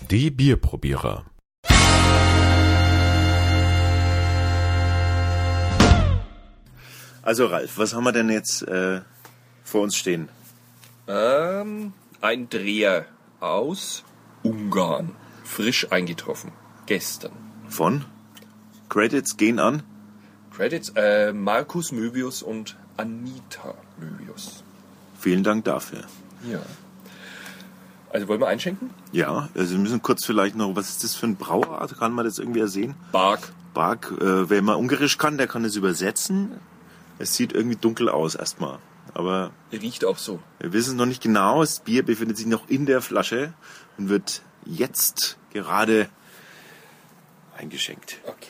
Die Bierprobierer. Also Ralf, was haben wir denn jetzt vor uns stehen? Ein Dreher aus Ungarn. Frisch eingetroffen. Gestern. Von? Credits gehen an? Credits Markus Möbius und Anita Möbius. Vielen Dank dafür. Ja. Also wollen wir einschenken? Ja, also wir müssen kurz vielleicht noch, was ist das für ein Brauart? Kann man das irgendwie ersehen? Bark. Bark, wer mal Ungarisch kann, der kann es übersetzen. Es sieht irgendwie dunkel aus erstmal. Aber Riecht auch so. wir wissen noch nicht genau. Das Bier befindet sich noch in der Flasche und wird jetzt gerade eingeschenkt. Okay.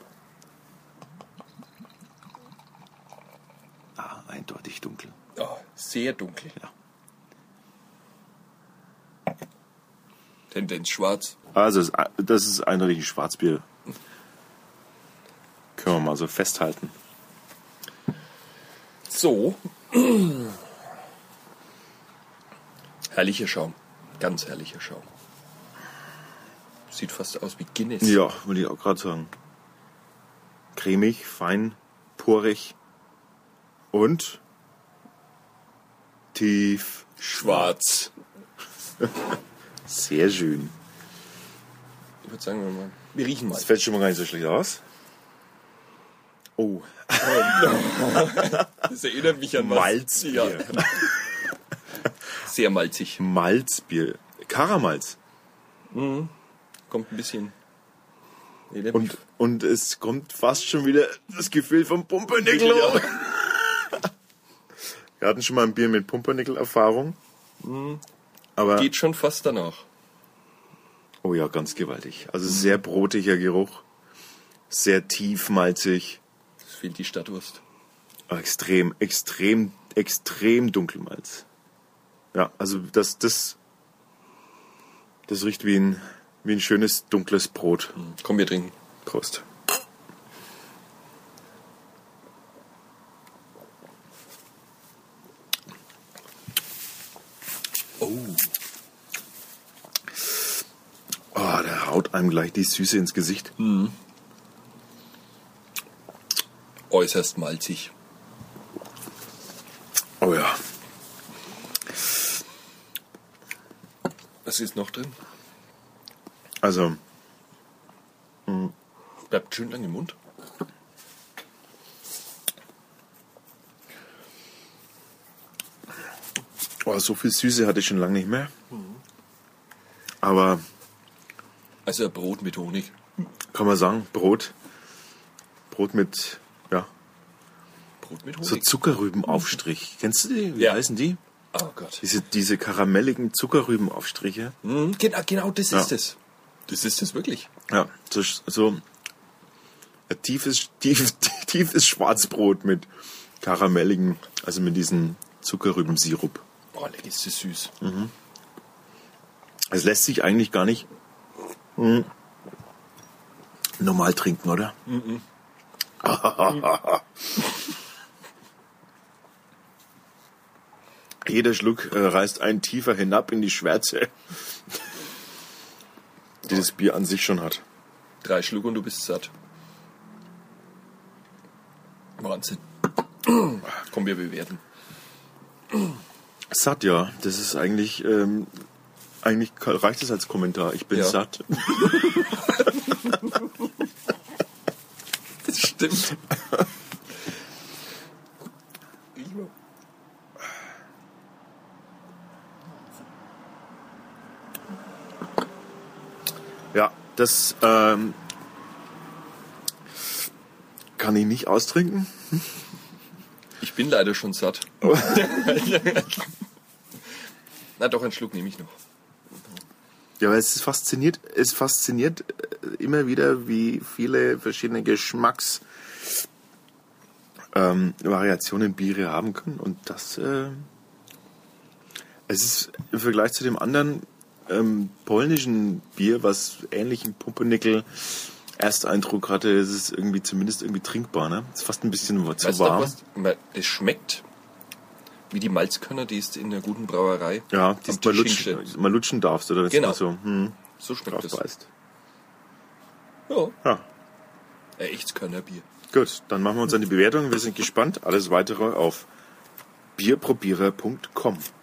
Eindeutig dunkel. Oh, sehr dunkel. Ja. Tendenz schwarz. Also das ist eindeutig ein Schwarzbier. Können wir mal so festhalten. So. Herrlicher Schaum. Ganz herrlicher Schaum. Sieht fast aus wie Guinness. Ja, würde ich auch gerade sagen. Cremig, fein, porig und tief Schwarz. Sehr schön. Ich würde sagen, wir riechen mal. Das fällt schon mal gar nicht so schlecht aus. Oh, Das erinnert mich an was. Malzbier. Ja. Sehr malzig. Malzbier. Karamalz. Kommt ein bisschen. Und es kommt fast schon wieder das Gefühl vom Pumpernickel hoch. Wir hatten schon mal ein Bier mit Pumpernickel-Erfahrung. Aber Geht schon fast danach. oh ja, ganz gewaltig. Also sehr brotiger Geruch. Sehr tief malzig. Es fehlt die Stadtwurst. Extrem Dunkelmalz. Ja, also das riecht wie ein schönes dunkles Brot. Komm, wir trinken. Prost. Oh, der haut einem gleich die Süße ins Gesicht. Äußerst malzig. Oh ja. Was ist noch drin? Also, Bleibt schön lang im Mund. oh, so viel Süße hatte ich schon lange nicht mehr. Aber Also ein Brot mit Honig. kann man sagen, Brot mit, ja, Brot mit so Honig. Zuckerrübenaufstrich. Kennst du die? Wie Ja. heißen die? Oh Gott. Diese karamelligen Zuckerrübenaufstriche. Genau das Ja. ist es. Das ist es wirklich. Ja, so ein tiefes Schwarzbrot mit karamelligen, also mit diesem Zuckerrübensirup. Oh, lecker, ist das süß. Es lässt sich eigentlich gar nicht normal trinken, oder? Jeder Schluck reißt einen tiefer hinab in die Schwärze, die das Bier an sich schon hat. 3 Schluck und du bist satt. Wahnsinn. Komm, wir bewerten. Satt, ja. Das ist eigentlich reicht es als Kommentar. Ich bin Ja. satt. Das stimmt. Ja, das kann ich nicht austrinken. Ich bin leider schon satt. Na doch, einen Schluck nehme ich noch. Ja, aber es fasziniert immer wieder, wie viele verschiedene Variationen Biere haben können. Und das es ist im Vergleich zu dem anderen polnischen Bier, was ähnlichen Pumpernickel Ersteindruck hatte, ist es irgendwie zumindest irgendwie trinkbar, ne? Ist fast ein bisschen zu Weißt du, warm. das schmeckt wie die Malzkörner, die ist in einer guten Brauerei Ja, die am mal Tisch hingestellt. lutschen darfst, oder? Genau. So. So schmeckt drauf es. beißt. Ja, Ja, ein echtes Körnerbier. gut, dann machen wir uns an die Bewertung. Wir sind gespannt. Alles weitere auf bierprobierer.com.